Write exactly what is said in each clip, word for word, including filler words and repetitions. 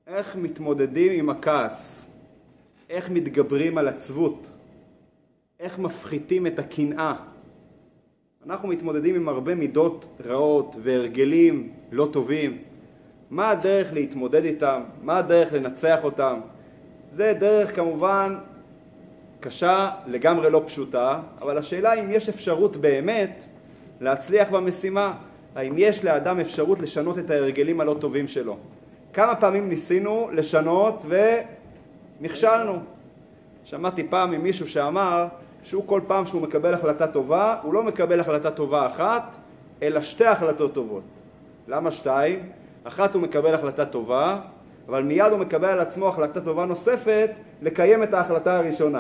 איך מתמודדים עם הכעס? איך מתגברים על עצבות? איך מפחיתים את הקנאה? אנחנו מתמודדים עם הרבה מידות רעות והרגלים לא טובים. מה הדרך להתמודד איתם? מה הדרך לנצח אותם? זה דרך כמובן קשה, לגמרי לא פשוטה, אבל השאלה אם יש אפשרות באמת להצליח במשימה. האם יש לאדם אפשרות לשנות את ההרגלים הלא טובים שלו? כמה פעמים ניסינו לשנות ונכשלנו. שמעתי פעם ממישהו שאמר שהוא כל פעם שהוא מקבל החלטה טובה, הוא לא מקבל החלטה טובה אחת, אלא שתי החלטות טובות. למה שתיים? אחת הוא מקבל החלטה טובה, אבל מיד הוא מקבל על עצמו החלטה טובה נוספת לקיים את ההחלטה הראשונה.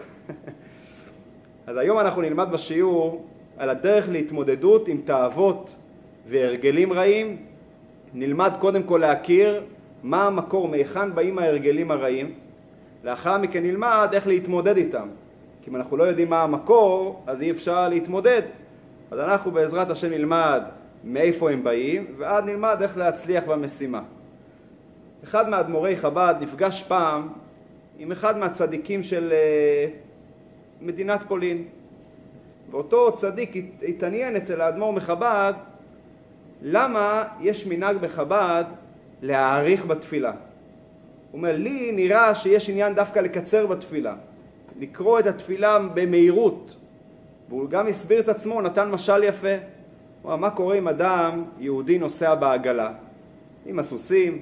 אז היום אנחנו נלמד בשיעור על הדרך להתמודדות עם תאוות והרגלים רעים. נלמד קודם כל להכיר מה המקור, מהיכן באים ההרגלים הרעים. לאחר מכן נלמד איך להתמודד איתם. כי אם אנחנו לא יודעים מה המקור, אז אי אפשר להתמודד. אז אנחנו בעזרת השם נלמד מאיפה הם באים, ועד נלמד איך להצליח במשימה. אחד מהאדמו"רי חב"ד נפגש פעם עם אחד מהצדיקים של מדינת פולין. ואותו צדיק התעניין אצל האדמו"ר מחב"ד, למה יש מנהג בחב"ד להאריך בתפילה. הוא אומר, לי נראה שיש עניין דווקא לקצר בתפילה, לקרוא את התפילה במהירות. והוא גם הסביר את עצמו, נתן משל יפה. הוא אומר, מה קורה אם אדם יהודי נוסע בעגלה עם הסוסים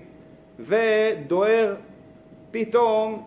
ודוהר, פתאום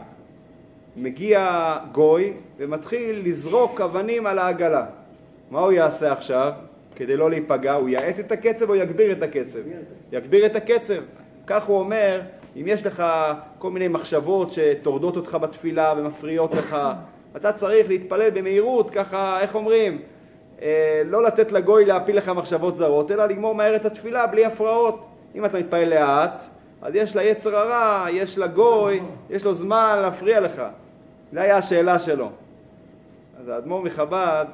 מגיע גוי ומתחיל לזרוק אבנים על העגלה. מה הוא יעשה עכשיו כדי לא להיפגע? הוא יעט את הקצב או יגביר את הקצב? יגביר את הקצב. כך הוא אומר, אם יש לך כל מיני מחשבות שתורדות אותך בתפילה ומפריעות לך, אתה צריך להתפלל במהירות, ככה, איך אומרים? אה, לא לתת לגוי להפיל לך מחשבות זרות, אלא לגמור מהר את התפילה בלי הפרעות. אם אתה מתפלל לאט, אז יש לה יצר הרע, יש לה גוי, יש לו זמן להפריע לך. זה היה השאלה שלו. אז האדמו"ר מחב"ד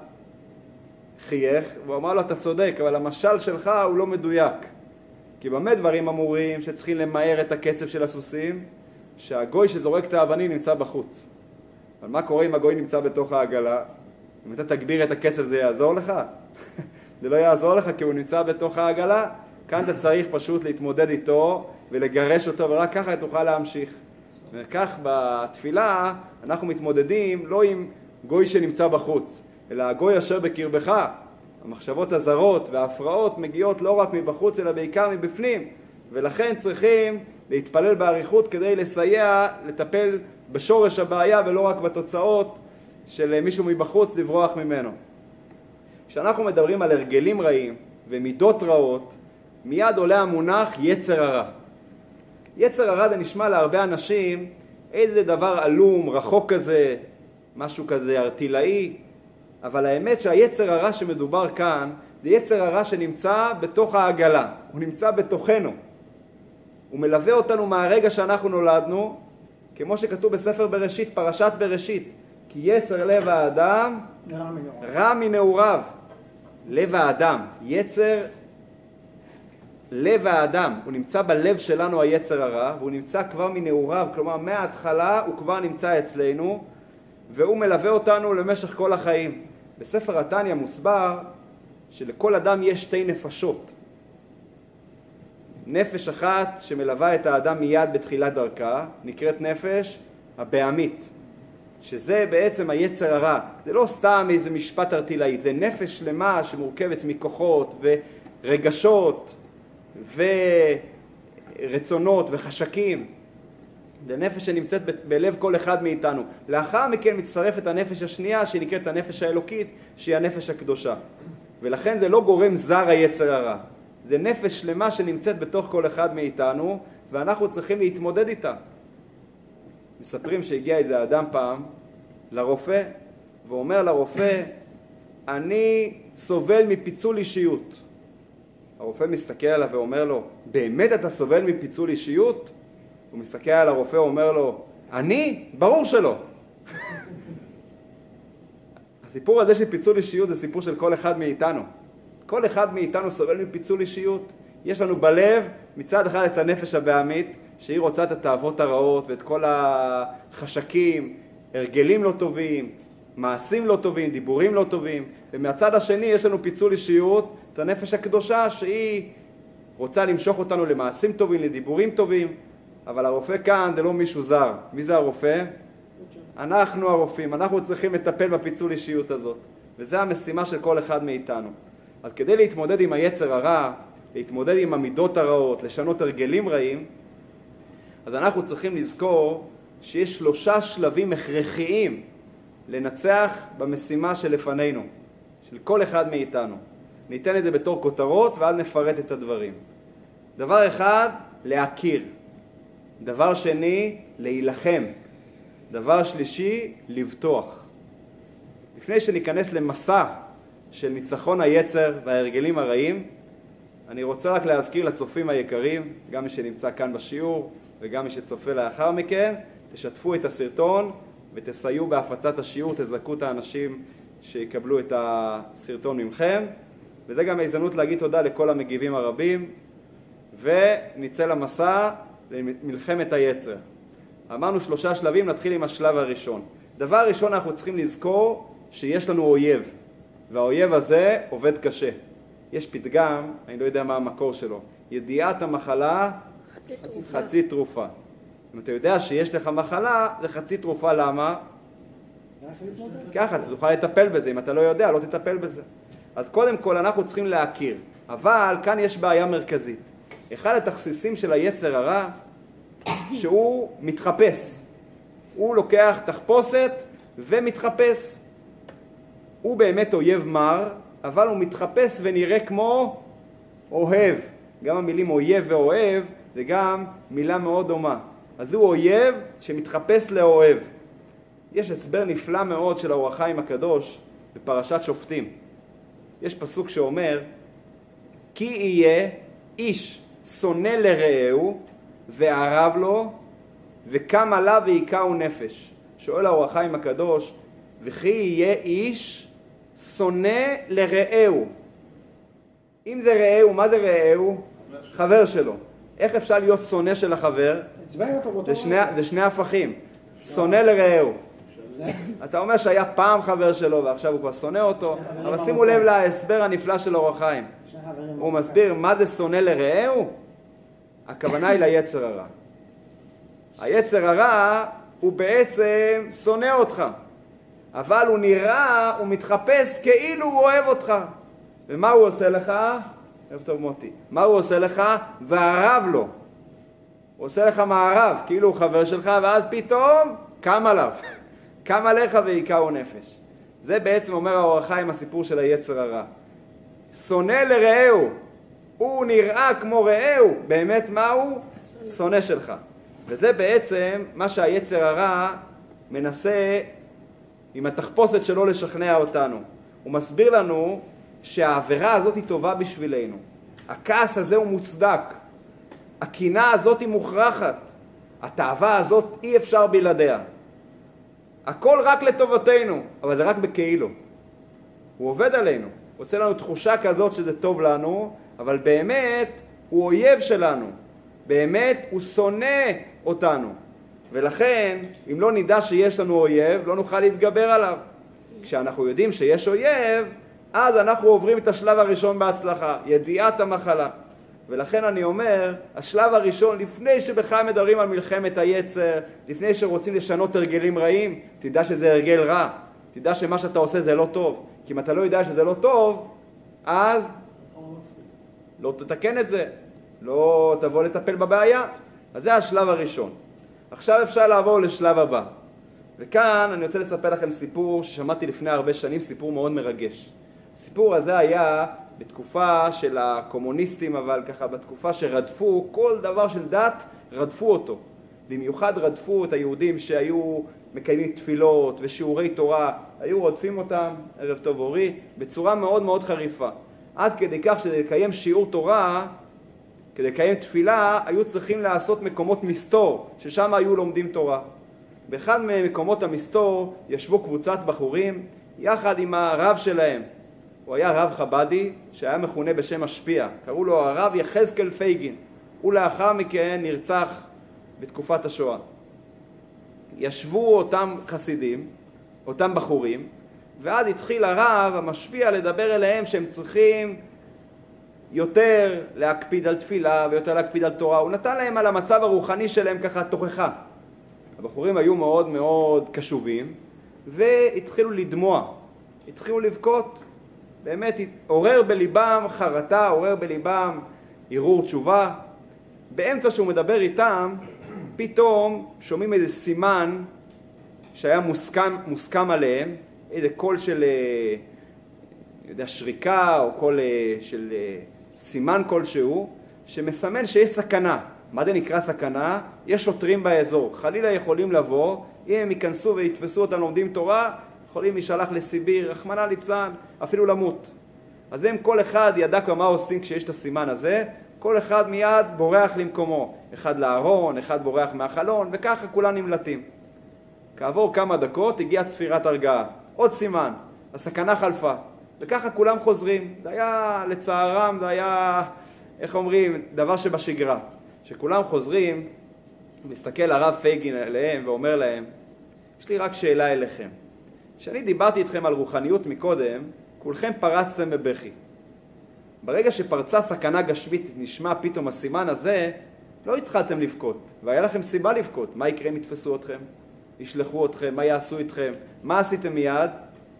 חייך, והוא אמר לו, אתה צודק, אבל המשל שלך הוא לא מדויק. כי באמת דברים אמורים שצריכים למהר את הקצב של הסוסים, שהגוי שזורק את האבנים נמצא בחוץ. אבל מה קורה אם הגוי נמצא בתוך העגלה? אם אתה תגביר את הקצב זה יעזור לך? זה לא יעזור לך כי הוא נמצא בתוך העגלה. כאן אתה צריך פשוט להתמודד איתו ולגרש אותו, ורק ככה תוכל להמשיך. וכך בתפילה אנחנו מתמודדים לא עם גוי שנמצא בחוץ, אלא הגוי אשר בקרבך. המחשבות הזרות וההפרעות מגיעות לא רק מבחוץ אלא בעיקר מבפנים, ולכן צריכים להתפלל בעריכות כדי לסייע לטפל בשורש הבעיה ולא רק בתוצאות של מישהו מבחוץ לברוח ממנו. כשאנחנו מדברים על הרגלים רעים ומידות רעות, מיד עולה המונח יצר הרע. יצר הרע זה נשמע להרבה אנשים איזה דבר עלום, רחוק כזה, משהו כזה ארטילאי, אבל האמת שהיצר הרע שמדובר כאן זה יצר הרע שנמצא בתוך העגלה, הוא נמצא בתוכנו. הוא מלווה אותנו מהרגע שאנחנו נולדנו, כמו שכתוב בספר בראשית, פרשת בראשית, כי יצר לב האדם רע מנעוריו. לב האדם, יצר לב האדם, הוא נמצא בלב שלנו היצר הרע, והוא נמצא כבר מנעוריו, כלומר מההתחלה הוא כבר נמצא אצלנו, והוא מלווה אותנו למשך כל החיים. בספר התניא מוסבר שלכל אדם יש שתי נפשות. נפש אחת שמלווה את האדם מיד בתחילת דרכה, נקראת נפש הבהמית, שזה בעצם היצר הרע. זה לא סתם איזה משפט ארטילאי, זה נפש שלמה שמורכבת מכוחות ורגשות ורצונות וחשקים. זה נפש שנמצאת ב- בלב כל אחד מאיתנו. לאחר מכן מצטרפת הנפש השנייה שנקראת הנפש האלוקית, שהיא הנפש הקדושה. ולכן זה לא גורם זר היצר הרע. זה נפש שלמה שנמצאת בתוך כל אחד מאיתנו, ואנחנו צריכים להתמודד איתה. מספרים שהגיע איזה אדם פעם לרופא, ואומר לרופא, אני סובל מפיצול אישיות. הרופא מסתכל עליו ואומר לו, באמת אתה סובל מפיצול אישיות? הוא מסתכל על הרופא ואומר לו, אני? ברור שלא. הסיפור הזה של פיצול אישיות זה סיפור של כל אחד מאיתנו. כל אחד מאיתנו סובל מפיצול אישיות. יש לנו בלב מצד אחד את הנפש הבהמית, שהיא רוצה את התאוות הרעות ואת כל החשקים, הרגלים לא טובים, מעשים לא טובים, דיבורים לא טובים, ומהצד השני יש לנו פיצול אישיות, את הנפש הקדושה שהיא רוצה למשוך אותנו למעשים טובים, לדיבורים טובים, אבל הרופא כאן זה לא מישהו זר. מי זה הרופא? אנחנו הרופאים, אנחנו צריכים לטפל בפיצול אישיות הזאת, וזה המשימה של כל אחד מאיתנו. אז כדי להתמודד עם היצר הרע, להתמודד עם המידות הרעות, לשנות הרגלים רעים, אז אנחנו צריכים לזכור שיש שלושה שלבים הכרחיים לנצח במשימה שלפנינו, של כל אחד מאיתנו. ניתן את זה בתור כותרות ואז נפרט את הדברים. דבר אחד, להכיר. דבר שני, להילחם. דבר שלישי, לבטוח. לפני שניכנס למסע של ניצחון היצר וההרגלים הרעים, אני רוצה רק להזכיר לצופים היקרים, גם מי שנמצא כאן בשיעור וגם מי שצופה לאחר מכן, תשתפו את הסרטון ותסייעו בהפצת השיעור, תזכו את האנשים שיקבלו את הסרטון ממכם, וזה גם ההזדמנות להגיד תודה לכל המגיבים הרבים, ונצא למסע למלחמת היצר. אמרנו שלושה שלבים, נתחיל עם השלב הראשון. דבר ראשון, אנחנו צריכים לזכור שיש לנו אויב, והאויב הזה עובד קשה. יש פתגם, אני לא יודע מה המקור שלו, ידיעת המחלה חצי תרופה. חצי תרופה. אם אתה יודע שיש לך מחלה, זה חצי תרופה. למה? ככה, אתה תוכל לטפל בזה. אם אתה לא יודע, לא תטפל בזה. אז קודם כל אנחנו צריכים להכיר. אבל כאן יש בעיה מרכזית. אחד התכסיסים של היצר הרע, שהוא מתחפש. הוא לוקח תחפושת ומתחפש. הוא באמת אויב מר, אבל הוא מתחפש ונראה כמו אוהב. גם המילים אויב ואוהב זה גם מילה מאוד דומה. אז הוא אויב שמתחפש לאוהב. יש הסבר נפלא מאוד של האור החיים הקדוש בפרשת שופטים. יש פסוק שאומר, כי יהיה איש שונא לרעהו וערב לו וקם עליו והיכהו נפש. שואל האור החיים הקדוש, וכי יהיה איש שונא לרעהו. אם זה רעהו, מה זה רעהו? חבר שלו. איך אפשר להיות שונא של החבר? זה שני, זה שני הפכים. שונא לרעהו. אתה אומר שהיה פעם חבר שלו ועכשיו הוא כבר שונא אותו, אבל שימו לב להסבר הנפלא של אור החיים. הוא מסביר מה זה שונא לרעהו? הכוונה היא ליצר הרע. היצר הרע הוא בעצם שונא אותך, אבל הוא נראה, הוא מתחפש כאילו הוא אוהב אותך. ומה הוא עושה לך? אוהב טוב מוטי. מה הוא עושה לך? וערב לו. הוא עושה לך מערב, כאילו הוא חבר שלך, ואז פתאום קם עליו. קם עליך והיכהו נפש. זה בעצם אומר האור החיים הסיפור של היצר הרע. שונא לרעהו. הוא נראה כמו רעהו. באמת מה הוא? שונא שלך. וזה בעצם מה שהיצר הרע מנסה עם התחפושת שלו לשכנע אותנו. הוא מסביר לנו שהעבירה הזאת היא טובה בשבילנו. הכעס הזה הוא מוצדק. הקנאה הזאת היא מוכרחת. התאווה הזאת אי אפשר בלעדיה. הכל רק לטובתנו, אבל זה רק בכאילו. הוא עובד עלינו. הוא עושה לנו תחושה כזאת שזה טוב לנו, אבל באמת הוא אויב שלנו. באמת הוא שונא אותנו. ולכן, אם לא נדע שיש לנו אויב, לא נוכל להתגבר עליו. כשאנחנו יודעים שיש אויב, אז אנחנו עוברים את השלב הראשון בהצלחה, ידיעת המחלה. ולכן אני אומר, השלב הראשון, לפני שבכלל מדברים על מלחמת היצר, לפני שרוצים לשנות הרגלים רעים, תדע שזה הרגל רע. תדע שמה שאתה עושה זה לא טוב. כי אם אתה לא יודע שזה לא טוב, אז לא תתקן את זה. לא תבוא לטפל בבעיה. אז זה השלב הראשון. עכשיו אפשר לעבור לשלב הבא. וכאן אני רוצה לספר לכם סיפור ששמעתי לפני הרבה שנים, סיפור מאוד מרגש. הסיפור הזה היה בתקופה של הקומוניסטים, אבל ככה בתקופה שרדפו, כל דבר של דת רדפו אותו. במיוחד רדפו את היהודים שהיו מקיימים תפילות ושיעורי תורה, היו רודפים אותם, ערב טוב אורי, בצורה מאוד מאוד חריפה. עד כדי כך שלקיים שיעור תורה, כדי לקיים תפילה, היו צריכים לעשות מקומות מסתור, ששם היו לומדים תורה. באחד ממקומות המסתור ישבו קבוצת בחורים, יחד עם הרב שלהם. הוא היה רב חבדי, שהיה מכונה בשם משפיע. קראו לו הרב יחזקאל פייגין. ולאחר מכן נרצח בתקופת השואה. ישבו אותם חסידים, אותם בחורים, ואז התחיל הרב המשפיע לדבר אליהם שהם צריכים יותר להקפיד על תפילה ויותר להקפיד על תורה. הוא נתן להם על המצב הרוחני שלהם ככה תוכחה. הבחורים היו מאוד מאוד קשובים והתחילו לדמוע, התחילו לבכות. באמת עורר בליבם חרטה, עורר בליבם ערעור תשובה. באמצע שהוא מדבר איתם, פתאום שומעים איזה סימן שהיה מוסכם, מוסכם עליהם, איזה קול של יודע, שריקה או קול של סימן כלשהו, שמסמן שיש סכנה. מה זה נקרא סכנה? יש שוטרים באזור. חלילה יכולים לבוא, אם הם ייכנסו ויתפסו אותם לומדים תורה, יכולים להישלח לסיביר, רחמנא ליצלן, אפילו למות. אז הם כל אחד ידע מה עושים כשיש את הסימן הזה, כל אחד מיד בורח למקומו. אחד לארון, אחד בורח מהחלון, וככה כולם נמלטים. כעבור כמה דקות הגיעה צפירת הרגעה. עוד סימן, הסכנה חלפה. וככה כולם חוזרים. זה היה לצערם, זה היה, איך אומרים, דבר שבשגרה. שכולם חוזרים, מסתכל הרב פייגין עליהם ואומר להם, יש לי רק שאלה אליכם. כשאני דיברתי איתכם על רוחניות מקודם, כולכם פרצתם בבכי. ברגע שפרצה סכנה גשמית, נשמע פתאום הסימן הזה, לא התחלתם לבכות, והיה לכם סיבה לבכות. מה יקרה אם יתפסו אתכם? ישלחו אתכם, מה יעשו איתכם? מה עשיתם מיד?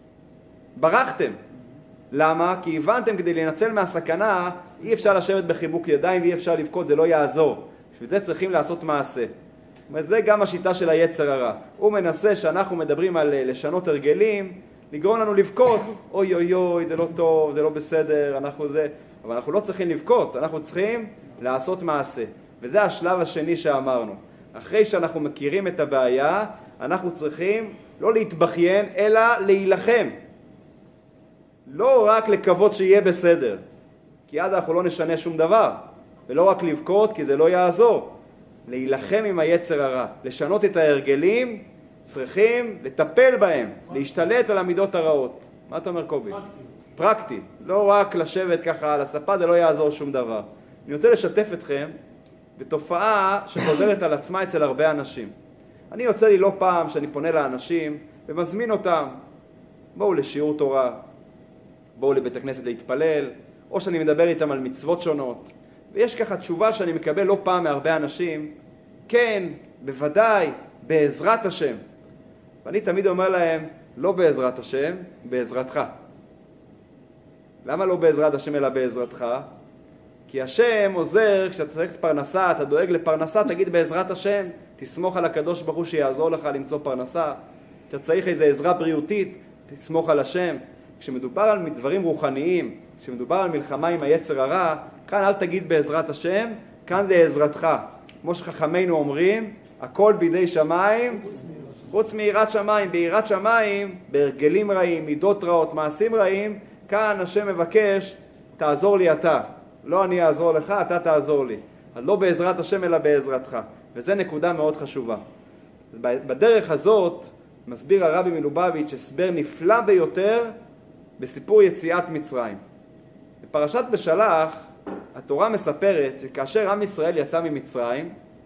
ברחתם. למה? כי הבנתם כדי לנצל מהסכנה, אי אפשר לשבת בחיבוק ידיים ואי אפשר לבכות, זה לא יעזור. בשביל זה צריכים לעשות מעשה. וזה גם השיטה של היצר הרע. הוא מנסה שאנחנו מדברים על לשנות הרגלים, לגרום לנו לבכות, אוי אוי אוי, זה לא טוב, זה לא בסדר, אנחנו זה, אבל אנחנו לא צריכים לבכות, אנחנו צריכים לעשות מעשה. וזה השלב השני שאמרנו. אחרי שאנחנו מכירים את הבעיה, אנחנו צריכים לא להתבכיין, אלא להילחם. לא רק לקוות שיהיה בסדר, כי אז אנחנו לא נשנה שום דבר. ולא רק לבכות, כי זה לא יעזור. להילחם עם היצר הרע, לשנות את ההרגלים, צריכים לטפל בהם, להשתלט על המידות הרעות. מה אתה אומר, קובי? פרקטי. פרקטי. לא רק לשבת ככה על הספה, זה לא יעזור שום דבר. אני רוצה לשתף אתכם בתופעה שחוזרת על עצמה אצל הרבה אנשים. אני יוצא לי לא פעם שאני פונה לאנשים ומזמין אותם, בואו לשיעור תורה, בואו לבית הכנסת להתפלל, או שאני מדבר איתם על מצוות שונות. ויש ככה תשובה שאני מקבל לא פעם מהרבה אנשים, כן, בוודאי, בעזרת השם. ואני תמיד אומר להם, לא בעזרת השם, בעזרתך. למה לא בעזרת השם אלא בעזרתך? כי השם עוזר, כשאתה צריך פרנסה, אתה דואג לפרנסה, תגיד בעזרת השם, תסמוך על הקדוש ברוך הוא שיעזור לך למצוא פרנסה. אתה צריך איזו עזרה בריאותית, תסמוך על השם. כשמדובר על דברים רוחניים, כשמדובר על מלחמה עם היצר הרע, כאן אל תגיד בעזרת השם, כאן זה עזרתך. כמו שחכמינו אומרים, הכל בידי שמיים, חוץ מיראת שמיים. ביראת שמיים, בהרגלים רעים, מידות רעות, מעשים רעים, כאן השם מבקש, תעזור לי אתה. לא אני אעזור לך, אתה תעזור לי. אז לא בעזרת השם אלא בעזרתך. וזו נקודה מאוד חשובה. בדרך הזאת מסביר הרבי מלובביץ' הסבר נפלא ביותר בסיפור יציאת מצרים. בפרשת בשלח, התורה מספרת שכאשר עם ישראל יצא ממצרים,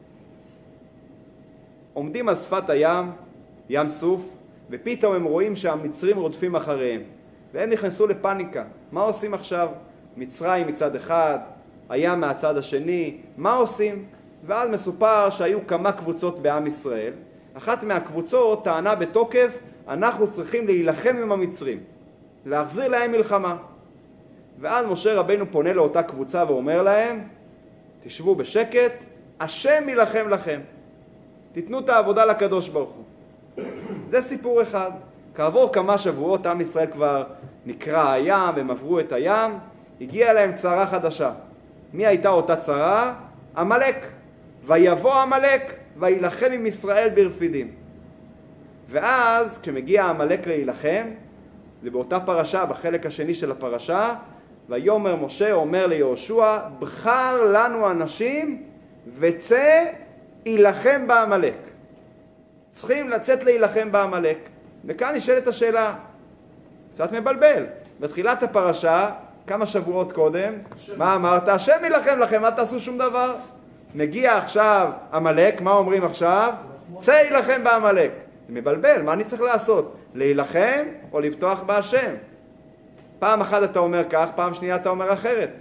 עומדים על שפת הים, ים סוף, ופתאום הם רואים שהמצרים רודפים אחריהם. והם נכנסו לפניקה. מה עושים עכשיו? מצרים מצד אחד, הים מהצד השני, מה עושים? ואז מסופר שהיו כמה קבוצות בעם ישראל. אחת מהקבוצות טענה בתוקף, אנחנו צריכים להילחם עם המצרים, להחזיר להם מלחמה. ואז משה רבנו פונה לאותה קבוצה ואומר להם, תשבו בשקט, השם ילחם לכם. תיתנו את העבודה לקדוש ברוך הוא. זה סיפור אחד. כעבור כמה שבועות עם ישראל כבר נקרא הים, והם עברו את הים, הגיעה להם צרה חדשה. מי הייתה אותה צרה? עמלק. ויבוא עמלק וילחם עם ישראל ברפידים. ואז כשמגיע עמלק להילחם, זה באותה פרשה, בחלק השני של הפרשה, ויאמר משה אומר ליהושע, בחר לנו אנשים וצא יילחם בעמלק. צריכים לצאת להילחם בעמלק. וכאן נשאלת השאלה, קצת מבלבל. בתחילת הפרשה, כמה שבועות קודם, מה אמרת? השם יילחם לכם, אל תעשו שום דבר. מגיע עכשיו עמלק, מה אומרים עכשיו? צא להילחם בעמלק. זה מבלבל, מה אני צריך לעשות? להילחם או לבטוח בהשם? פעם אחת אתה אומר כך, פעם שנייה אתה אומר אחרת.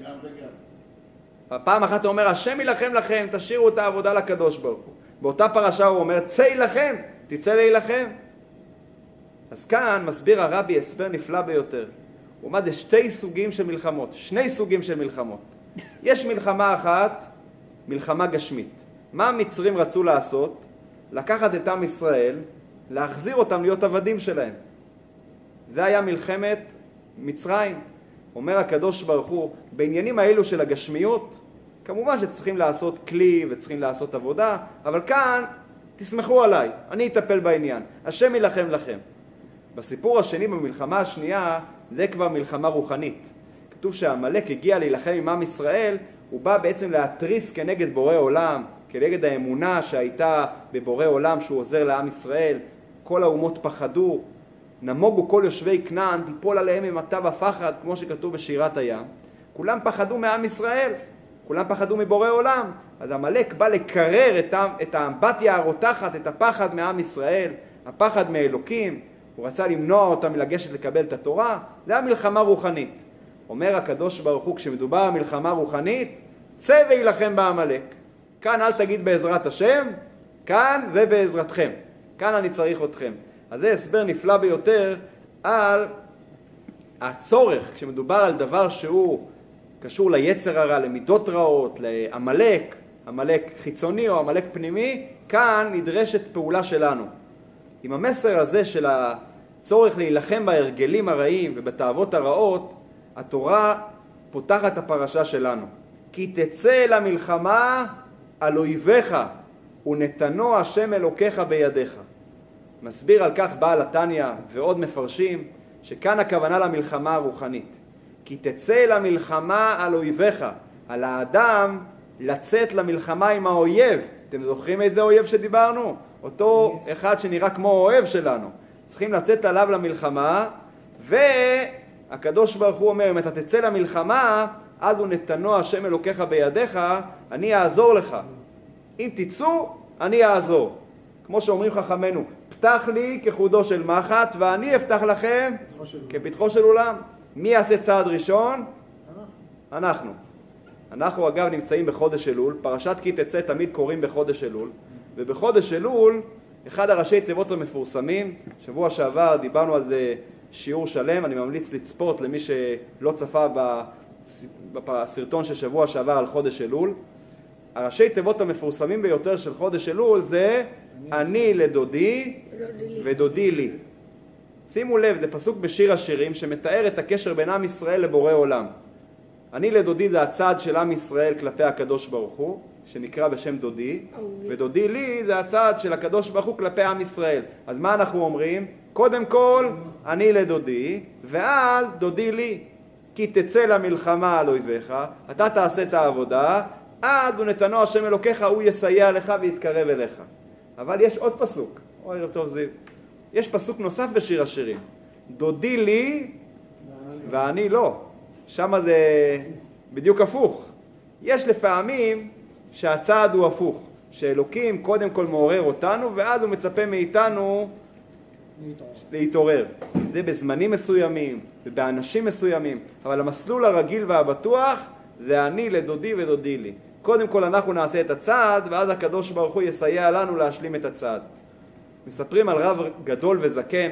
פעם אחת אתה אומר, השם ילחם לכם, תשאירו את העבודה לקדוש ברוך הוא. באותה פרשה הוא אומר, צא להילחם, תצא להילחם. אז כאן מסביר הרבי הסבר נפלא ביותר. הוא אומר, זה שתי סוגים של מלחמות, שני סוגים של מלחמות. יש מלחמה אחת, מלחמה גשמית. מה המצרים רצו לעשות? לקחת את עם ישראל, להחזיר אותם להיות עבדים שלהם. זה היה מלחמת מצרים. אומר הקדוש ברוך הוא, בעניינים האלו של הגשמיות, כמובן שצריכים לעשות כלי וצריכים לעשות עבודה, אבל כאן תסמכו עליי, אני אטפל בעניין, השם ילחם לכם. בסיפור השני, במלחמה השנייה, זה כבר מלחמה רוחנית. כתוב שהעמלק הגיע להילחם עם עם ישראל, הוא בא בעצם להתריס כנגד בורא עולם, כנגד האמונה שהייתה בבורא עולם שהוא עוזר לעם ישראל. כל האומות פחדו, נמוגו כל יושבי כנען, תיפול עליהם אימתה ופחד, כמו שכתוב בשירת הים. כולם פחדו מעם ישראל, כולם פחדו מבורא עולם. אז עמלק בא לקרר את, את האמבטיה הרותחת, את הפחד מעם ישראל, הפחד מאלוקים. הוא רצה למנוע אותם מלגשת לקבל את התורה. זה היה מלחמה רוחנית. אומר הקדוש ברוך הוא, כשמדובר על מלחמה רוחנית, צא וילחם בעמלק. כאן אל תגיד בעזרת השם, כאן זה בעזרתכם. כאן אני צריך אתכם. אז זה הסבר נפלא ביותר על הצורך, כשמדובר על דבר שהוא קשור ליצר הרע, למידות רעות, לעמלק, עמלק חיצוני או עמלק פנימי, כאן נדרשת פעולה שלנו. עם המסר הזה של הצורך להילחם בהרגלים הרעים ובתאוות הרעות, התורה פותחת את הפרשה שלנו. כי תצא למלחמה על אויביך ונתנו השם אלוקיך בידיך. מסביר על כך בעל התניא ועוד מפרשים שכאן הכוונה למלחמה הרוחנית. כי תצא למלחמה על אויביך, על האדם לצאת למלחמה עם האויב. אתם זוכרים איזה אויב שדיברנו? אותו אחד שנראה כמו אוהב שלנו. צריכים לצאת עליו למלחמה, והקדוש ברוך הוא אומר, אם אתה תצא למלחמה, אז הוא נתנו השם אלוקיך בידיך, אני אעזור לך. אם תצאו, אני אעזור. כמו שאומרים חכמינו, פתח לי כחודו של מחט, ואני אפתח לכם כפתחו של אולם. מי יעשה צעד ראשון? אנחנו. אנחנו אגב נמצאים בחודש אלול, פרשת כי תצא תמיד קוראים בחודש אלול, ובחודש אלול, אחד הראשי תיבות המפורסמים, שבוע שעבר דיברנו על זה שיעור שלם, אני ממליץ לצפות למי שלא צפה בסרטון של שבוע שעבר על חודש אלול. הראשי תיבות המפורסמים ביותר של חודש אלול זה אני לדודי ודודי לי. שימו לב, זה פסוק בשיר השירים שמתאר את הקשר בין עם ישראל לבורא עולם. אני לדודי זה הצעד של עם ישראל כלפי הקדוש ברוך הוא, שנקרא בשם דודי, ודודי לי זה הצעד של הקדוש ברוך הוא כלפי עם ישראל. אז מה אנחנו אומרים? קודם כל, אני לדודי, ואז דודי לי. כי תצא למלחמה על אויביך, אתה תעשה את העבודה, אז הוא נתנו השם אלוקיך, הוא יסייע לך ויתקרב אליך. אבל יש עוד פסוק, אוי ערב טוב זיו, יש פסוק נוסף בשיר השירים, דודי לי ואני לא. שם זה בדיוק הפוך. יש לפעמים שהצעד הוא הפוך, שאלוקים קודם כל מעורר אותנו, ואז הוא מצפה מאיתנו להתעורר. זה בזמנים מסוימים ובאנשים מסוימים, אבל המסלול הרגיל והבטוח זה אני לדודי ודודי לי. קודם כל אנחנו נעשה את הצעד, ואז הקדוש ברוך הוא יסייע לנו להשלים את הצעד. מספרים על רב גדול וזקן,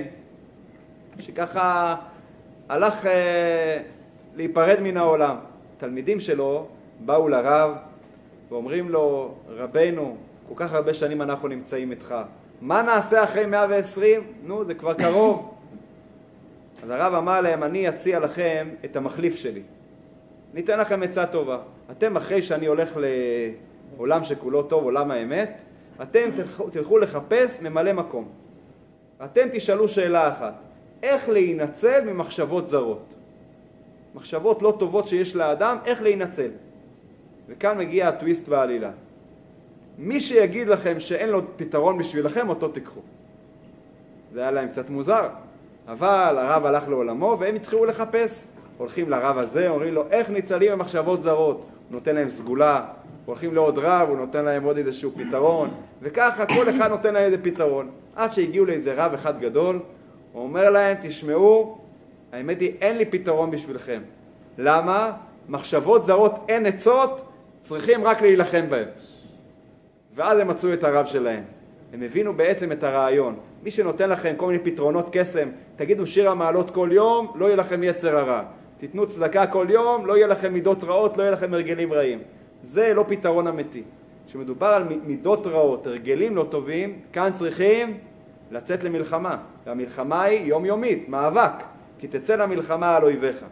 שככה הלך אה, להיפרד מן העולם. תלמידים שלו באו לרב ואומרים לו, רבנו, כל כך הרבה שנים אנחנו נמצאים איתך, מה נעשה אחרי מאה ועשרים? נו, זה כבר קרוב. אז הרב אמר להם, אני אציע לכם את המחליף שלי. ניתן לכם עצה טובה. אתם אחרי שאני הולך לעולם שכולו טוב, עולם האמת, אתם תלכו, תלכו לחפש ממלא מקום. אתם תשאלו שאלה אחת, איך להינצל ממחשבות זרות? מחשבות לא טובות שיש לאדם, איך להינצל? וכאן מגיע הטוויסט בעלילה. מי שיגיד לכם שאין לו פתרון בשבילכם, אותו תיקחו. זה היה להם קצת מוזר, אבל הרב הלך לעולמו והם התחילו לחפש. הולכים לרב הזה, אומרים לו, איך ניצלים ממחשבות זרות? הוא נותן להם סגולה, הולכים לעוד רב, הוא נותן להם עוד איזשהו פתרון, וככה כל אחד נותן להם איזה פתרון. עד שהגיעו לאיזה רב אחד גדול, הוא אומר להם, תשמעו, האמת היא, אין לי פתרון בשבילכם. למה? מחשבות זרות, אין עצות, צריכים רק להילחם בהם. ואז הם מצאו את הרב שלהם. הם הבינו בעצם את הרעיון. מי שנותן לכם כל מיני פתרונות קסם, תגידו שיר המעלות כל יום, לא יהיה לכם יצר הרע. תיתנו צדקה כל יום, לא יהיה לכם מידות רעות, לא יהיה לכם הרגלים רעים. זה לא פתרון אמיתי. כשמדובר על מידות רעות, הרגלים לא טובים, כאן צריכים לצאת למלחמה. והמלחמה היא יומיומית, מאבק. כי תצא למלחמה על אויביך.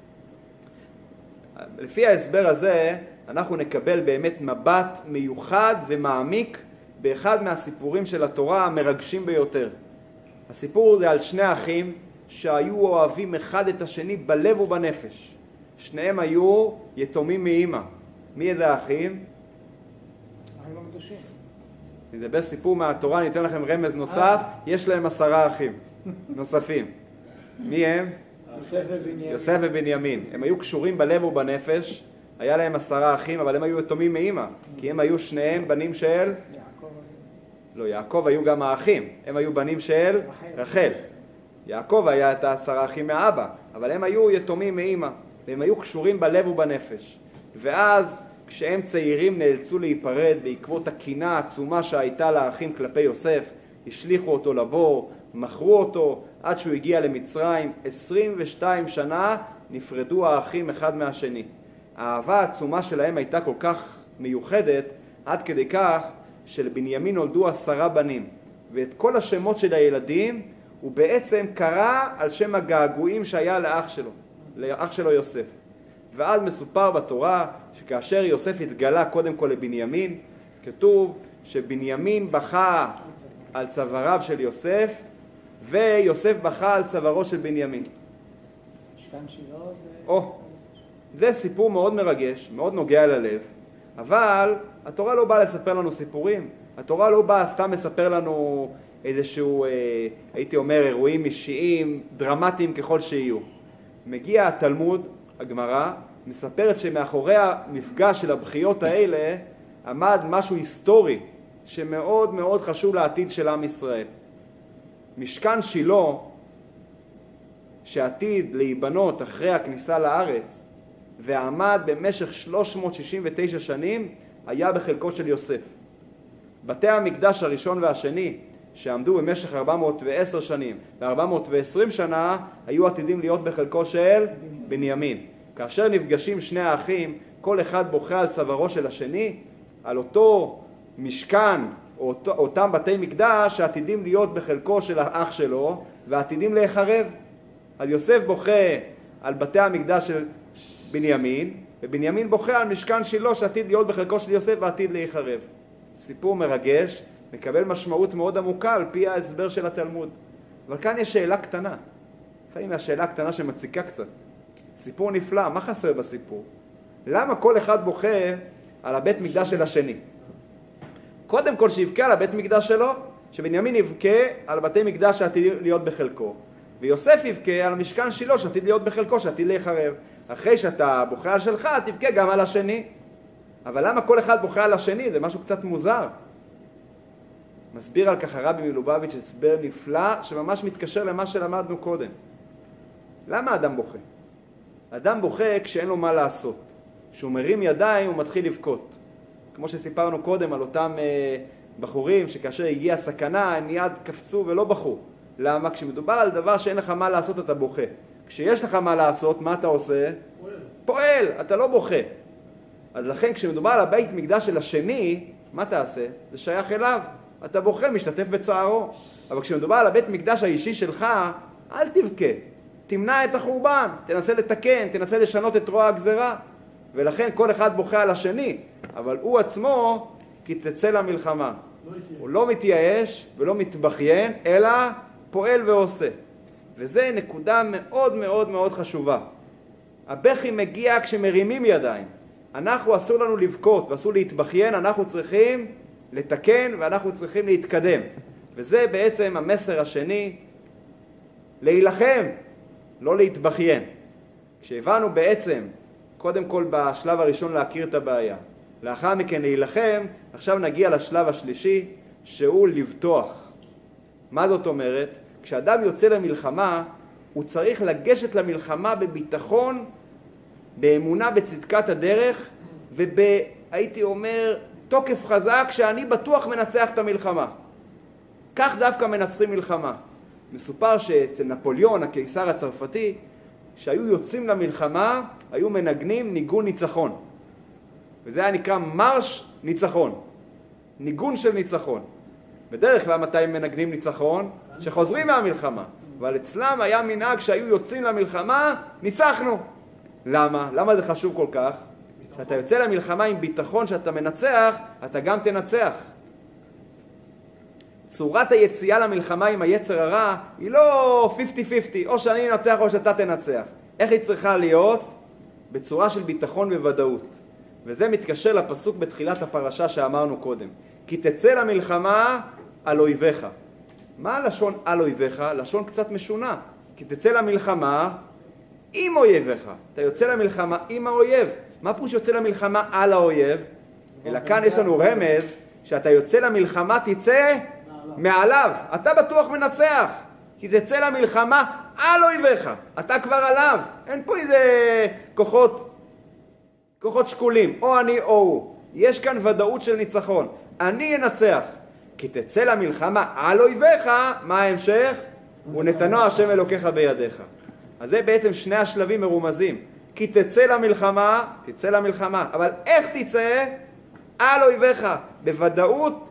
לפי ההסבר הזה, אנחנו נקבל באמת מבט מיוחד ומעמיק באחד מהסיפורים של התורה המרגשים ביותר. הסיפור זה על שני אחים שהיו אוהבים אחד את השני בלב ובנפש. שניהם היו יתומים מאמא. מי איזה האחים? אחים הקדושים. נדבר סיפור מהתורה, אני אתן לכם רמז נוסף. יש להם עשרה אחים נוספים. מי הם? יוסף ובנימין. יוסף ובנימין. הם היו קשורים בלב ובנפש. היה להם עשרה אחים, אבל הם היו יתומים מאמא. כי הם היו שניהם בנים של... יעקב. לא, יעקב היו גם האחים. הם היו בנים של רחל. יעקב היה את העשרה אחים מהאבא, אבל הם היו יתומים מאמא. והם היו קשורים בלב ובנפש. ואז כשהם צעירים נאלצו להיפרד בעקבות הקינה העצומה שהייתה לאחים כלפי יוסף, השליחו אותו לבור, מכרו אותו עד שהוא הגיע למצרים. עשרים ושתיים שנה נפרדו האחים אחד מהשני. האהבה העצומה שלהם הייתה כל כך מיוחדת עד כדי כך שלבנימין נולדו עשרה בנים, ואת כל השמות של הילדים הוא בעצם קרא על שם הגעגועים שהיה לאח שלו, לאח שלו יוסף. ואז מסופר בתורה שכאשר יוסף התגלה קודם כל לבנימין, כתוב שבנימין בכה על צוואריו של יוסף, ויוסף בכה על צווארו של בנימין. משכן שילה ו... או, זה סיפור מאוד מרגש, מאוד נוגע ללב, אבל התורה לא באה לספר לנו סיפורים. התורה לא באה סתם לספר לנו איזשהו, אה, הייתי אומר, אירועים אישיים, דרמטיים ככל שיהיו. מגיע התלמוד, הגמרא, מספרת שמאחורי המפגש של הבחיות האלה עמד משהו היסטורי שמאוד מאוד חשוב לעתיד של עם ישראל. משכן שילה, שעתיד להיבנות אחרי הכניסה לארץ, ועמד במשך שלוש מאות שישים ותשע שנים, היה בחלקו של יוסף. בתי המקדש הראשון והשני, שעמדו במשך ארבע מאות ועשר שנים ו-ארבע מאות ועשרים שנה, היו עתידים להיות בחלקו של בנימין. כאשר נפגשים שני האחים, כל אחד בוכה על צווארו של השני, על אותו משכן, או אותו, אותם בתי מקדש שעתידים להיות בחלקו של האח שלו, ועתידים להיחרב. אז יוסף בוכה על בתי המקדש של בנימין, ובנימין בוכה על משכן שילה שעתיד להיות בחלקו של יוסף ועתיד להיחרב. סיפור מרגש, מקבל משמעות מאוד עמוקה על פי ההסבר של התלמוד. אבל כאן יש שאלה קטנה. לפעמים מהשאלה הקטנה שמציקה קצת. סיפור נפלא, מה חסר בסיפור? למה כל אחד בוכה על הבית מקדש של השני? קודם כל שיבכה על הבית מקדש שלו, שבנימין יבכה על בתי מקדש שעתיד להיות בחלקו, ויוסף יבכה על משכן שילה שעתיד להיות בחלקו, שעתיד להיחרב. אחרי שאתה בוכה על שלך, תבכה גם על השני. אבל למה כל אחד בוכה על השני? זה משהו קצת מוזר. מסביר על כך הרבי מלובביץ' הסבר נפלא שממש מתקשר למה שלמדנו קודם. למה אדם בוכה? אדם בוכה כשאין לו מה לעשות. כשהוא מרים ידיים הוא מתחיל לבכות. כמו שסיפרנו קודם על אותם אה, בחורים שכאשר הגיעה סכנה הם מיד קפצו ולא בכו. למה? כשמדובר על דבר שאין לך מה לעשות אתה בוכה. כשיש לך מה לעשות, מה אתה עושה? פועל. פועל, אתה לא בוכה. אז לכן כשמדובר על הבית מקדש של השני, מה תעשה? זה שייך אליו. אתה בוכה, משתתף בצערו. אבל כשמדובר על הבית מקדש האישי שלך, אל תבכה. תמנע את החורבן, תנסה לתקן, תנסה לשנות את רוע הגזרה. ולכן כל אחד בוכה על השני, אבל הוא עצמו כי תצא למלחמה. לא הוא לא מתייאש ולא מתבכיין, אלא פועל ועושה. וזה נקודה מאוד מאוד מאוד חשובה. הבכי מגיע כשמרימים ידיים. אנחנו אסור לנו לבכות ואסור להתבכיין, אנחנו צריכים לתקן ואנחנו צריכים להתקדם. וזה בעצם המסר השני, להילחם, לא להתבכיין. כשהבנו בעצם, קודם כל בשלב הראשון להכיר את הבעיה, לאחר מכן להילחם. עכשיו נגיע לשלב השלישי, שהוא לבטוח. מה זאת אומרת? כשאדם יוצא למלחמה, הוא צריך לגשת למלחמה בביטחון, באמונה בצדקת הדרך, ובהייתי אומר, תוקף חזק שאני בטוח מנצח את המלחמה. כך דווקא מנצחים מלחמה. מסופר שאצל נפוליאון, הקיסר הצרפתי, שהיו יוצאים למלחמה, היו מנגנים ניגון ניצחון. וזה היה נקרא מרש ניצחון. ניגון של ניצחון. בדרך כלל מתי הם מנגנים ניצחון? שחוזרים מהמלחמה. אבל אצלם היה מנהג שהיו יוצאים למלחמה, ניצחנו. למה? למה זה חשוב כל כך? כשאתה יוצא למלחמה עם ביטחון שאתה מנצח, אתה גם תנצח. צורת היציאה למלחמה עם היצר הרע היא לא חמישים חמישים, או שאני אנצח או שאתה תנצח. איך היא צריכה להיות? בצורה של ביטחון וודאות. וזה מתקשר לפסוק בתחילת הפרשה שאמרנו קודם. כי תצא למלחמה על אויביך. מה הלשון על אויביך? לשון קצת משונה. כי תצא למלחמה עם אויביך. אתה יוצא למלחמה עם האויב. מה פירוש יוצא למלחמה על האויב? אלא כאן יש לנו רמז שאתה יוצא למלחמה תצא מעליו. אתה בטוח מנצח. כי תצא למלחמה על אויביך. אתה כבר עליו. אין פה איזה כוחות, כוחות שקולים. או אני או הוא. יש כאן ודאות של ניצחון. אני אנצח. כי תצא למלחמה על אויביך, מה ההמשך? ונתנו השם אלוקיך בידיך. אז זה בעצם שני השלבים מרומזים. כי תצא למלחמה, תצא למלחמה. אבל איך תצא? על אויביך. בוודאות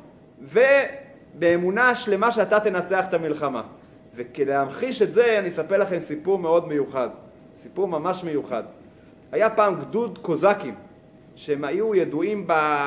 ובאמונה שלמה שאתה תנצח את המלחמה. וכדי את זה אני אספר לכם סיפור מאוד מיוחד. סיפור ממש מיוחד. היה פעם גדוד קוזקים, שהם היו ידועים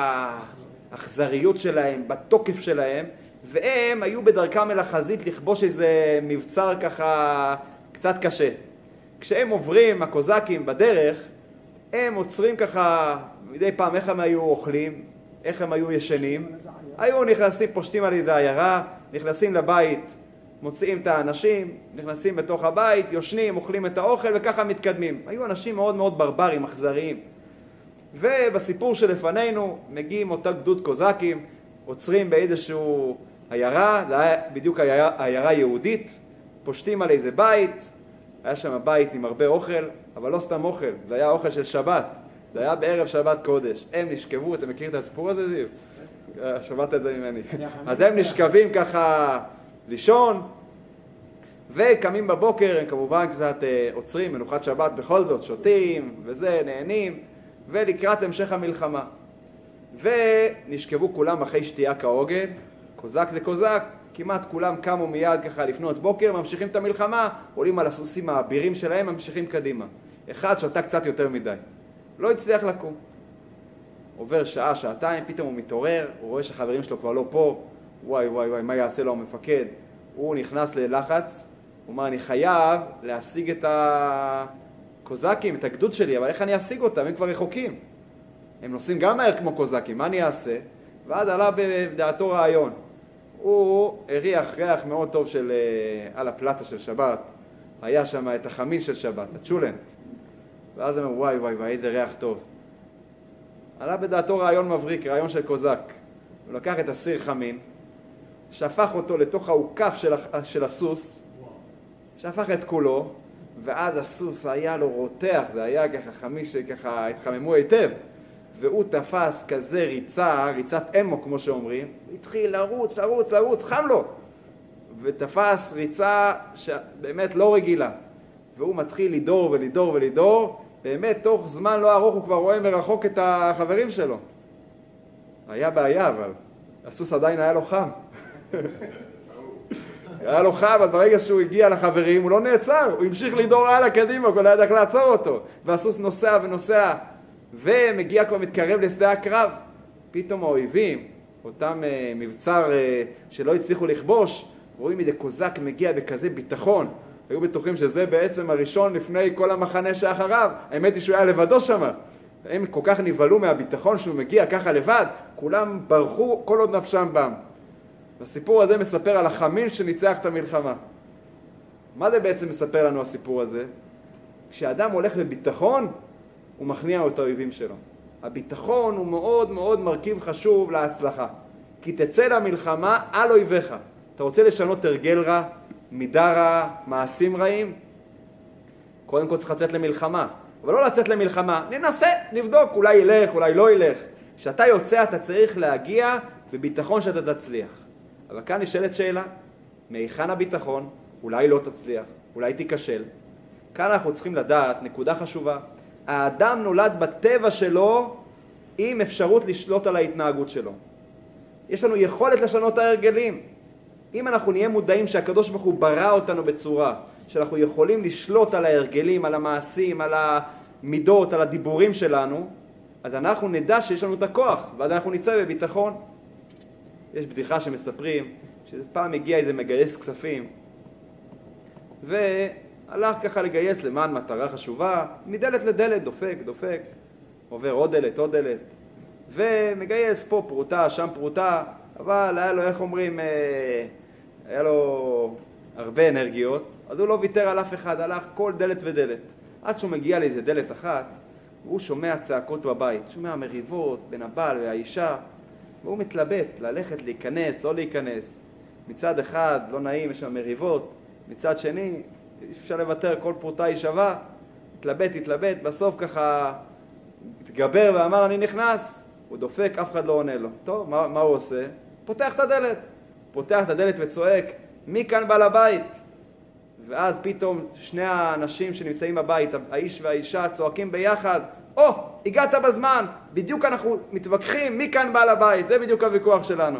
באכזריות שלהם, בתוקף שלהם, והם היו בדרכם אל החזית לכבוש איזה מבצר ככה קצת קשה. כשהם עוברים, הקוזקים, בדרך, הם עוצרים ככה, מדי פעם איך הם היו אוכלים, איך הם היו ישנים. היו נכנסים, פושטים על איזה עיירה, נכנסים לבית, מוציאים את האנשים, נכנסים בתוך הבית, יושנים, אוכלים את האוכל וככה מתקדמים. היו אנשים מאוד מאוד ברברים, אכזריים. ובסיפור שלפנינו מגיעים אותה גדוד קוזקים, עוצרים באיזשהו עיירה, זה היה בדיוק עיירה, עיירה יהודית, פושטים על איזה בית, היה שם בית עם הרבה אוכל, אבל לא סתם אוכל, זה היה אוכל של שבת, זה היה בערב שבת קודש. הם נשכבו, אתם מכירים את הסיפור הזה זיו? שמעת את זה ממני. אז הם נשכבים ככה לישון, וקמים בבוקר, הם כמובן קצת עוצרים, מנוחת שבת בכל זאת, שותים וזה, נהנים, ולקראת המשך המלחמה. ונשכבו כולם אחרי שתייה כהוגן, קוזק זה קוזק, כמעט כולם קמו מיד ככה לפנות בוקר, ממשיכים את המלחמה, עולים על הסוסים האבירים שלהם, ממשיכים קדימה. אחד שתה קצת יותר מדי, לא הצליח לקום. עובר שעה, שעתיים, פתאום הוא מתעורר, הוא רואה שהחברים שלו כבר לא פה, וואי וואי וואי, מה יעשה לו המפקד? הוא נכנס ללחץ, הוא אומר, אני חייב להשיג את הקוזקים, את הגדוד שלי, אבל איך אני אשיג אותם? הם כבר רחוקים. הם נוסעים גם מהר כמו קוזקים, מה אני אעשה? ועד עלה בדעתו רעיון. הוא הריח ריח מאוד טוב של, על הפלטה של שבת. היה שם את החמין של שבת, הצ'ולנט. ואז הוא אומר, וואי וואי וואי, איזה ריח טוב. עלה בדעתו רעיון מבריק, רעיון של קוזק. הוא לקח את הסיר חמין, שפך אותו לתוך העוקף של, של הסוס, שפך את כולו, ואז הסוס היה לו רותח, זה היה ככה חמין שככה התחממו היטב. והוא תפס כזה ריצה, ריצת אמו כמו שאומרים, התחיל לרוץ, לרוץ, לרוץ, חם לו. ותפס ריצה שבאמת לא רגילה. והוא מתחיל לדור ולדור ולדור, באמת תוך זמן לא ארוך הוא כבר רואה מרחוק את החברים שלו. היה בעיה, אבל הסוס עדיין היה לו חם. היה לו חם, אז ברגע שהוא הגיע לחברים הוא לא נעצר, הוא המשיך לדור הלאה קדימה, הוא לא ידע איך לעצור אותו. והסוס נוסע ונוסע, ומגיע כבר מתקרב לשדה הקרב. פתאום האויבים, אותם uh, מבצר uh, שלא הצליחו לכבוש, רואים איזה קוזק מגיע בכזה ביטחון. היו בטוחים שזה בעצם הראשון לפני כל המחנה שאחריו. האמת היא שהוא היה לבדו שם. הם כל כך נבהלו מהביטחון שהוא מגיע ככה לבד, כולם ברחו כל עוד נפשם בם. והסיפור הזה מספר על החמין שניצח את המלחמה. מה זה בעצם מספר לנו הסיפור הזה? כשאדם הולך בביטחון, הוא מכניע את האויבים שלו. הביטחון הוא מאוד מאוד מרכיב חשוב להצלחה. כי תצא למלחמה על אויביך. אתה רוצה לשנות הרגל רע, מידה רע, מעשים רעים? קודם כל צריך לצאת למלחמה. אבל לא לצאת למלחמה, ננסה, נבדוק, אולי ילך, אולי לא ילך. כשאתה יוצא אתה צריך להגיע בביטחון שאתה תצליח. אבל כאן נשאלת שאלה, מהיכן הביטחון? אולי לא תצליח, אולי תיכשל. כאן אנחנו צריכים לדעת, נקודה חשובה, האדם נולד בטבע שלו עם אפשרות לשלוט על ההתנהגות שלו. יש לנו יכולת לשנות את ההרגלים. אם אנחנו נהיה מודעים שהקדוש ברוך הוא ברא אותנו בצורה שאנחנו יכולים לשלוט על ההרגלים, על המעשים, על המידות, על הדיבורים שלנו, אז אנחנו נדע שיש לנו את הכוח, ואז אנחנו ניצא בביטחון. יש בדיחה שמספרים, שפעם הגיע איזה מגייס כספים, והלך ככה לגייס למען מטרה חשובה, מדלת לדלת, דופק, דופק, עובר עוד דלת, עוד דלת, ומגייס פה פרוטה, שם פרוטה, אבל היה לו, איך אומרים, היה לו הרבה אנרגיות, אז הוא לא ויתר על אף אחד, הלך כל דלת ודלת. עד שהוא מגיע לאיזה דלת אחת, והוא שומע צעקות בבית, שומע מריבות בין הבעל והאישה, והוא מתלבט, ללכת, להיכנס, לא להיכנס. מצד אחד לא נעים, יש שם מריבות, מצד שני, אפשר לוותר, כל פרוטה היא שווה, התלבט, התלבט, בסוף ככה התגבר ואמר אני נכנס, הוא דופק, אף אחד לא עונה לו. טוב, מה, מה הוא עושה? פותח את הדלת. פותח את הדלת וצועק, מי כאן בעל הבית? ואז פתאום שני האנשים שנמצאים בבית, האיש והאישה, צועקים ביחד, או, oh, הגעת בזמן, בדיוק אנחנו מתווכחים, מי כאן בעל הבית? זה בדיוק הוויכוח שלנו.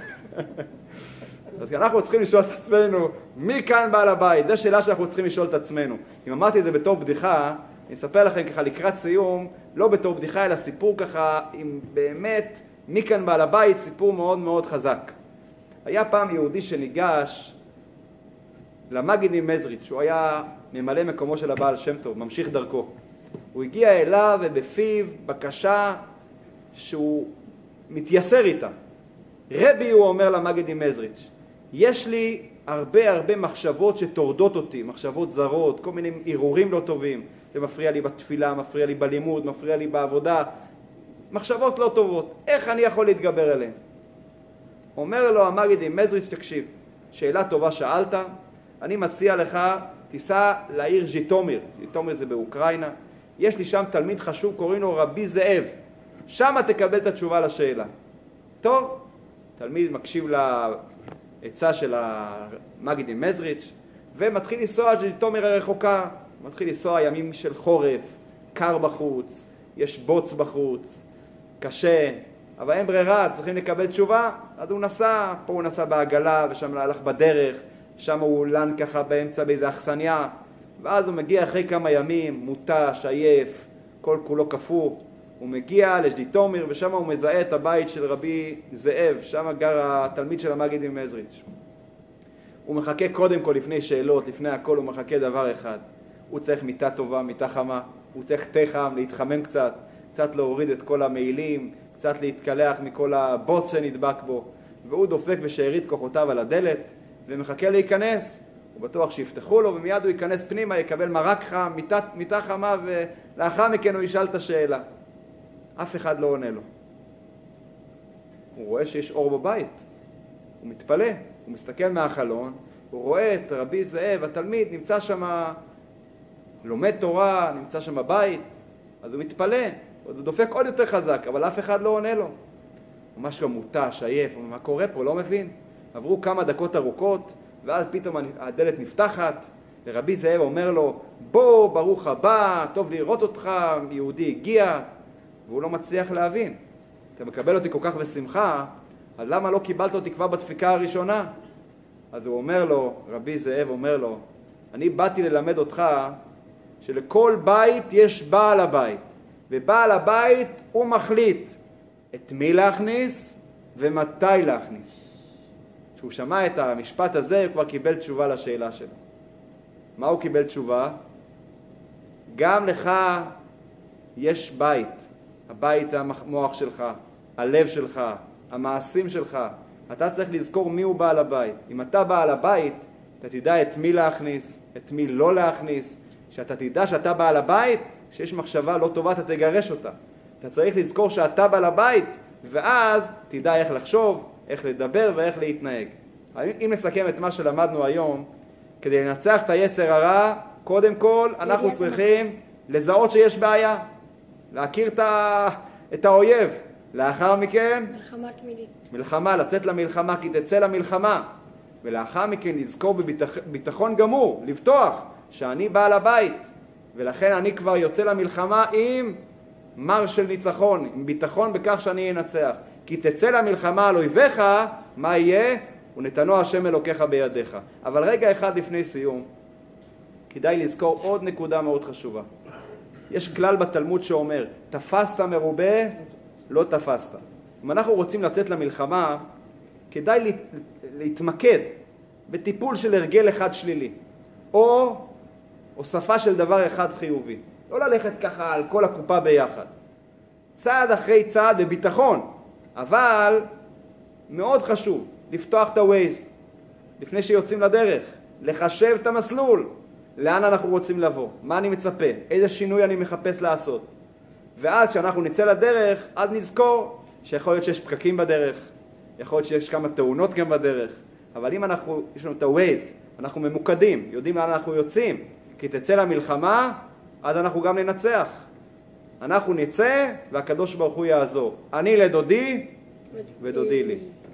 אז אנחנו צריכים לשאול את עצמנו, מי כאן בעל הבית? זו שאלה שאנחנו צריכים לשאול את עצמנו. אם אמרתי את זה בתור בדיחה, אני אספר לכם ככה לקראת סיום, לא בתור בדיחה, אלא סיפור ככה, עם באמת, מי כאן בעל הבית, סיפור מאוד מאוד חזק. היה פעם יהודי שניגש למגיד ממזריץ', שהוא היה ממלא מקומו של הבעל שם טוב, ממשיך דרכו. הוא הגיע אליו ובפיו בקשה שהוא מתייסר איתה. רבי, הוא אומר למגיד ממזריץ', יש לי הרבה הרבה מחשבות שתורדות אותי, מחשבות זרות, כל מיני ערעורים לא טובים. זה מפריע לי בתפילה, מפריע לי בלימוד, מפריע לי בעבודה. מחשבות לא טובות. איך אני יכול להתגבר עליהן? אומר לו המגיד ממזריץ', תקשיב, שאלה טובה שאלת, אני מציע לך, תיסע לעיר ז'יטומיר, ז'יטומיר זה באוקראינה, יש לי שם תלמיד חשוב, קוראים לו רבי זאב, שם תקבל את התשובה לשאלה. טוב, תלמיד מקשיב לעצה של המגיד ממזריץ' ומתחיל לנסוע ז'יטומיר הרחוקה, מתחיל לנסוע ימים של חורף, קר בחוץ, יש בוץ בחוץ, קשה, אבל אין ברירה, צריכים לקבל תשובה, אז הוא נסע, פה הוא נסע בעגלה ושם הלך בדרך, שם הוא לן ככה באמצע באיזו אכסניה, ואז הוא מגיע אחרי כמה ימים, מוטש, עייף, כל כולו כפור, הוא מגיע לז'יטומיר ושם הוא מזהה את הבית של רבי זאב, שם גר התלמיד של המגיד ממזריץ'. הוא מחכה קודם כל לפני שאלות, לפני הכל הוא מחכה דבר אחד, הוא צריך מיטה טובה, מיטה חמה, הוא צריך תה חם, להתחמם קצת, קצת להוריד את כל המעילים, קצת להתקלח מכל הבוץ שנדבק בו, והוא דופק בשארית כוחותיו על הדלת ומחכה להיכנס. הוא בטוח שיפתחו לו ומיד הוא ייכנס פנימה, יקבל מרק חם, מיטה, מיטה חמה, ולאחר מכן הוא ישאל את השאלה. אף אחד לא עונה לו. הוא רואה שיש אור בבית, הוא מתפלא, הוא מסתכל מהחלון, הוא רואה את רבי זאב, התלמיד, נמצא שם, לומד תורה, נמצא שם בבית, אז הוא מתפלא, הוא דופק עוד יותר חזק, אבל אף אחד לא עונה לו. ממש לא מוטש, עייף, מה קורה פה, לא מבין. עברו כמה דקות ארוכות, ואז פתאום הדלת נפתחת, ורבי זאב אומר לו, בוא, ברוך הבא, טוב לראות אותך, יהודי הגיע, והוא לא מצליח להבין. אתה מקבל אותי כל כך בשמחה, אז למה לא קיבלת אותי כבר בדפיקה הראשונה? אז הוא אומר לו, רבי זאב אומר לו, אני באתי ללמד אותך שלכל בית יש בעל הבית, ובעל הבית הוא מחליט את מי להכניס ומתי להכניס. כשהוא שמע את המשפט הזה, הוא כבר קיבל תשובה לשאלה שלו. מה הוא קיבל תשובה? גם לך יש בית. הבית זה המוח שלך, הלב שלך, המעשים שלך. אתה צריך לזכור מי הוא בעל הבית. אם אתה בעל הבית, אתה תדע את מי להכניס, את מי לא להכניס. כשאתה תדע שאתה בעל הבית, כשיש מחשבה לא טובה, אתה תגרש אותה. אתה צריך לזכור שאתה בעל הבית, ואז תדע איך לחשוב, איך לדבר ואיך להתנהג. אם נסכם את מה שלמדנו היום, כדי לנצח את היצר הרע, קודם כל אנחנו צריכים לזהות שיש בעיה, להכיר את, ה... את האויב. לאחר מכן, מלחמה תמידית. מלחמה, לצאת למלחמה, כי תצא למלחמה. ולאחר מכן לזכור בביטחון גמור, לפתוח שאני בעל הבית. ולכן אני כבר יוצא למלחמה עם מר של ניצחון, עם ביטחון בכך שאני אנצח. כי תצא למלחמה על אויביך, מה יהיה? ונתנו השם אלוקיך בידיך. אבל רגע אחד לפני סיום, כדאי לזכור עוד נקודה מאוד חשובה. יש כלל בתלמוד שאומר, תפסת מרובה, לא תפסת. אם אנחנו רוצים לצאת למלחמה, כדאי להתמקד בטיפול של הרגל אחד שלילי, או הוספה של דבר אחד חיובי. לא ללכת ככה על כל הקופה ביחד. צעד אחרי צעד בביטחון, אבל מאוד חשוב לפתוח את הווייז לפני שיוצאים לדרך, לחשב את המסלול, לאן אנחנו רוצים לבוא, מה אני מצפה, איזה שינוי אני מחפש לעשות. ועד שאנחנו נצא לדרך, עד נזכור שיכול להיות שיש פקקים בדרך, יכול להיות שיש כמה תאונות גם בדרך, אבל אם אנחנו, יש לנו את הווייז, אנחנו ממוקדים, יודעים לאן אנחנו יוצאים, כי תצא למלחמה, אז אנחנו גם ננצח. אנחנו נצא והקדוש ברוך הוא יעזור. אני לדודי ודודי לי.